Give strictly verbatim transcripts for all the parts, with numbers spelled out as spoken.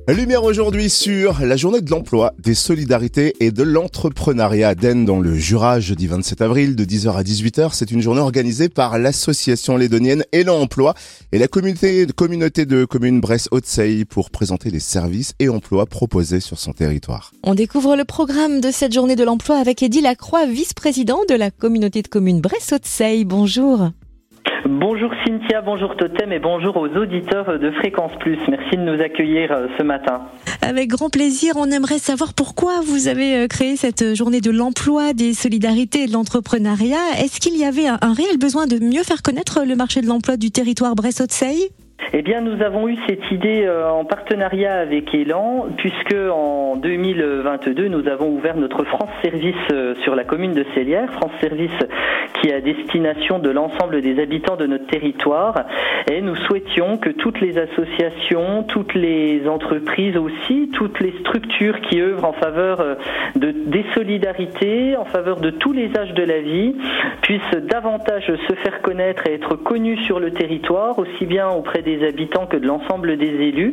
Lumière aujourd'hui sur la journée de l'emploi, des solidarités et de l'entrepreneuriat à Denne dans le Jura, jeudi vingt-sept avril de dix heures à dix-huit heures. C'est une journée organisée par l'association lédonienne Élan Emploi et la communauté, communauté de communes Bresse-Haute-Seille pour présenter les services et emplois proposés sur son territoire. On découvre le programme de cette journée de l'emploi avec Eddy Lacroix, vice-président de la communauté de communes Bresse-Haute-Seille. Bonjour. Bonjour Cynthia, bonjour Totem et bonjour aux auditeurs de Fréquence Plus. Merci de nous accueillir ce matin. Avec grand plaisir, on aimerait savoir pourquoi vous avez créé cette journée de l'emploi, des solidarités et de l'entrepreneuriat. Est-ce qu'il y avait un, un réel besoin de mieux faire connaître le marché de l'emploi du territoire Bresse-Haute-Seille ? Eh bien, nous avons eu cette idée euh, en partenariat avec Élan, puisque en deux mille vingt-deux, nous avons ouvert notre France Service euh, sur la commune de Cellières. France Service qui est à destination de l'ensemble des habitants de notre territoire. Et nous souhaitions que toutes les associations, toutes les entreprises aussi, toutes les structures qui œuvrent en faveur euh, de, des solidarités, en faveur de tous les âges de la vie, puissent davantage se faire connaître et être connues sur le territoire, aussi bien auprès des habitants que de l'ensemble des élus.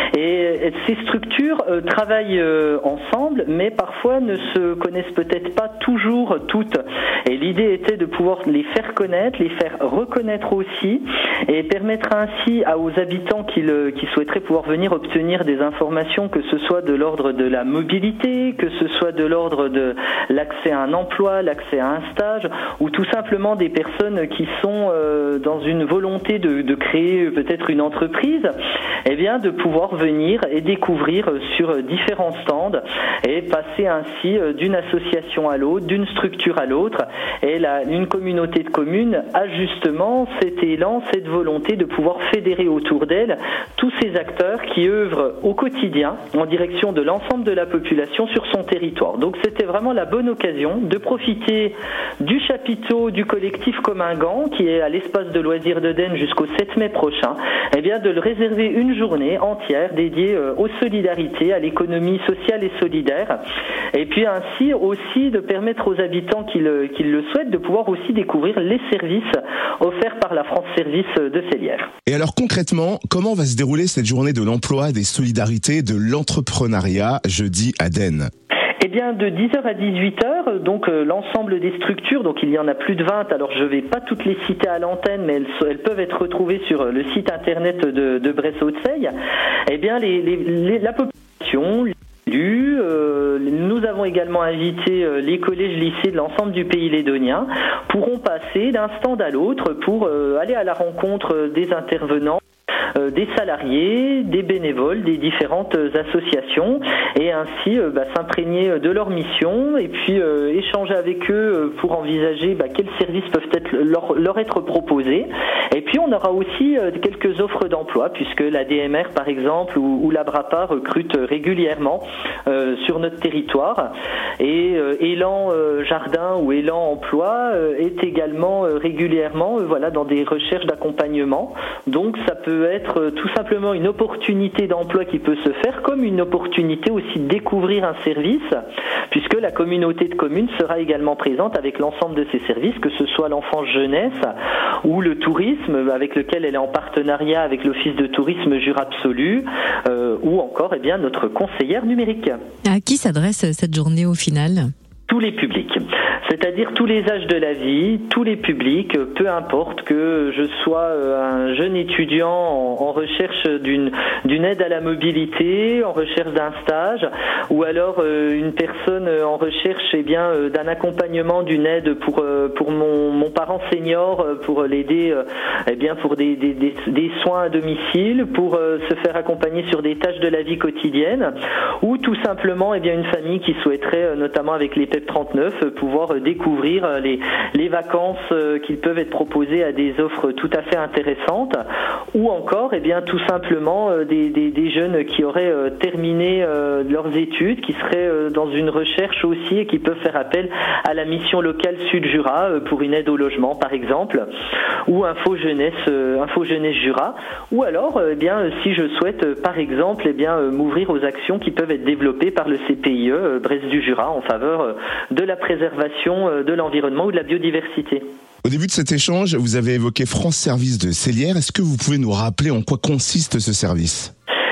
Et ces structures euh, travaillent euh, ensemble, mais parfois ne se connaissent peut-être pas toujours toutes. Et l'idée était de pouvoir les faire connaître, les faire reconnaître aussi, et permettre ainsi à, aux habitants qui, le, qui souhaiteraient pouvoir venir obtenir des informations, que ce soit de l'ordre de la mobilité, que ce soit de l'ordre de l'accès à un emploi, l'accès à un stage, ou tout simplement des personnes qui sont euh, dans une volonté de, de créer peut-être une entreprise, eh bien de pouvoir venir et découvrir sur différents stands et passer ainsi d'une association à l'autre, d'une structure à l'autre. Et là, une communauté de communes a justement cet élan, cette volonté de pouvoir fédérer autour d'elle tous ces acteurs qui œuvrent au quotidien en direction de l'ensemble de la population sur son territoire. Donc c'était vraiment la bonne occasion de profiter du chapiteau du collectif Comingant qui est à l'espace de loisirs de Denne jusqu'au sept mai prochain, eh bien de le réserver une journée entière dédiée aux solidarités, à l'économie sociale et solidaire, et puis ainsi aussi de permettre aux habitants qui le, qui le souhaitent de pouvoir aussi découvrir les services offerts par la France Service de Cellières. Et alors concrètement, comment va se dérouler cette journée de l'emploi, des solidarités, de l'entrepreneuriat jeudi à Denne ? Eh bien, de dix heures à dix-huit heures, donc euh, l'ensemble des structures, donc il y en a plus de vingt, alors je ne vais pas toutes les citer à l'antenne, mais elles, elles peuvent être retrouvées sur le site internet de, de Bresse-Haute-Seille. Eh bien, les, les, les, la population, les élus, euh, nous avons également invité euh, les collèges, lycées de l'ensemble du pays lédonien, pourront passer d'un stand à l'autre pour euh, aller à la rencontre des intervenants, Euh, des salariés, des bénévoles, des différentes euh, associations, et ainsi euh, bah, s'imprégner de leur mission et puis euh, échanger avec eux euh, pour envisager bah, quels services peuvent être leur, leur être proposés. Et puis on aura aussi euh, quelques offres d'emploi puisque la D M R par exemple ou, ou l'Abrapa recrute régulièrement euh, sur notre territoire, et euh, Élan euh, Jardin ou Élan Emploi euh, est également euh, régulièrement euh, voilà, dans des recherches d'accompagnement. Donc ça peut être tout simplement une opportunité d'emploi qui peut se faire, comme une opportunité aussi de découvrir un service, puisque la communauté de communes sera également présente avec l'ensemble de ses services, que ce soit l'enfance jeunesse ou le tourisme, avec lequel elle est en partenariat avec l'Office de tourisme Jura Absolu, euh, ou encore eh bien, notre conseillère numérique. À qui s'adresse cette journée au final ? Tous les publics, c'est-à-dire tous les âges de la vie, tous les publics, peu importe que je sois un jeune étudiant en, en recherche d'une, d'une aide à la mobilité, en recherche d'un stage, ou alors euh, une personne en recherche eh bien, euh, d'un accompagnement, d'une aide pour, euh, pour mon, mon parent senior, pour l'aider euh, eh bien, pour des, des, des, des soins à domicile, pour euh, se faire accompagner sur des tâches de la vie quotidienne, ou tout simplement eh bien, une famille qui souhaiterait, euh, notamment avec les P E P trente-neuf, pouvoir découvrir les, les vacances qui peuvent être proposées à des offres tout à fait intéressantes, ou encore eh bien, tout simplement des, des, des jeunes qui auraient terminé leurs études, qui seraient dans une recherche aussi et qui peuvent faire appel à la mission locale Sud-Jura pour une aide au logement par exemple, ou Info Jeunesse, Info Jeunesse Jura, ou alors eh bien, si je souhaite par exemple eh bien, m'ouvrir aux actions qui peuvent être développées par le C P I E Bresse du Jura en faveur de la préservation de l'environnement ou de la biodiversité. Au début de cet échange, vous avez évoqué France Service de Cellières. Est-ce que vous pouvez nous rappeler en quoi consiste ce service ?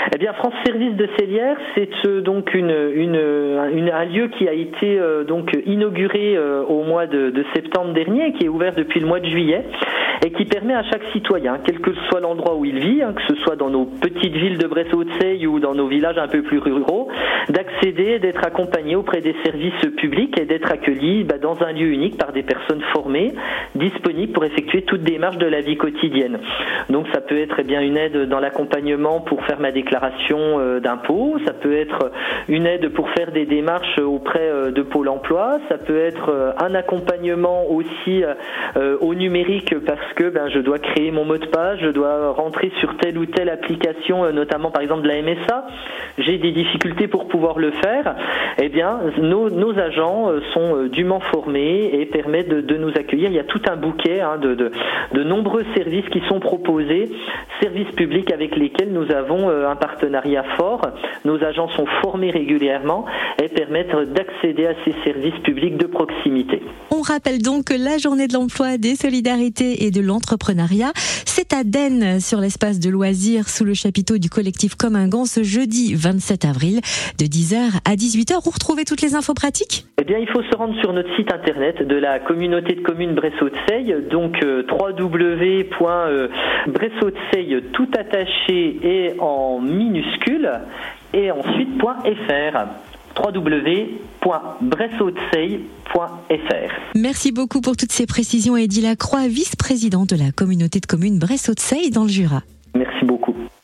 Eh bien, France Service de Cellières, c'est euh, donc une, une, une, un lieu qui a été euh, donc inauguré euh, au mois de, de septembre dernier, qui est ouvert depuis le mois de juillet, et qui permet à chaque citoyen, quel que soit l'endroit où il vit, hein, que ce soit dans nos petites villes de Bresse-Haute-Seille ou dans nos villages un peu plus ruraux, d'accéder et d'être accompagné auprès des services publics et d'être accueilli bah, dans un lieu unique par des personnes formées, disponibles pour effectuer toute démarche de la vie quotidienne. Donc ça peut être eh bien une aide dans l'accompagnement pour faire ma déclaration euh, d'impôt, ça peut être une aide pour faire des démarches auprès euh, de Pôle emploi, ça peut être euh, un accompagnement aussi euh, au numérique parce que ben, je dois créer mon mot de passe, je dois rentrer sur telle ou telle application, euh, notamment par exemple de la M S A, j'ai des difficultés pour pouvoir le faire. Eh bien, nos, nos agents euh, sont euh, dûment formés et permettent de, de nous accueillir. Il y a tout un bouquet hein, de, de, de nombreux services qui sont proposés, services publics avec lesquels nous avons euh, un partenariat fort. Nos agents sont formés régulièrement et permettent d'accéder à ces services publics de proximité. On rappelle donc que la journée de l'emploi, des solidarités et de l'entrepreneuriat, c'est à Dennes, sur l'espace de loisirs sous le chapiteau du collectif Comme un Gant, ce jeudi vingt-sept avril, de dix heures à dix-huit heures. Où retrouver toutes les infos pratiques ? Eh bien, il faut se rendre sur notre site internet de la communauté de communes Bresse-Haute-Seille, donc euh, w w w point bresse-haute-seille tout attaché et en minuscule, et ensuite .fr. w w w point bresse-haute-seille point f r. Merci beaucoup pour toutes ces précisions, Eddy Lacroix, vice-président de la communauté de communes Bresse-Haute-Seille dans le Jura. Merci beaucoup.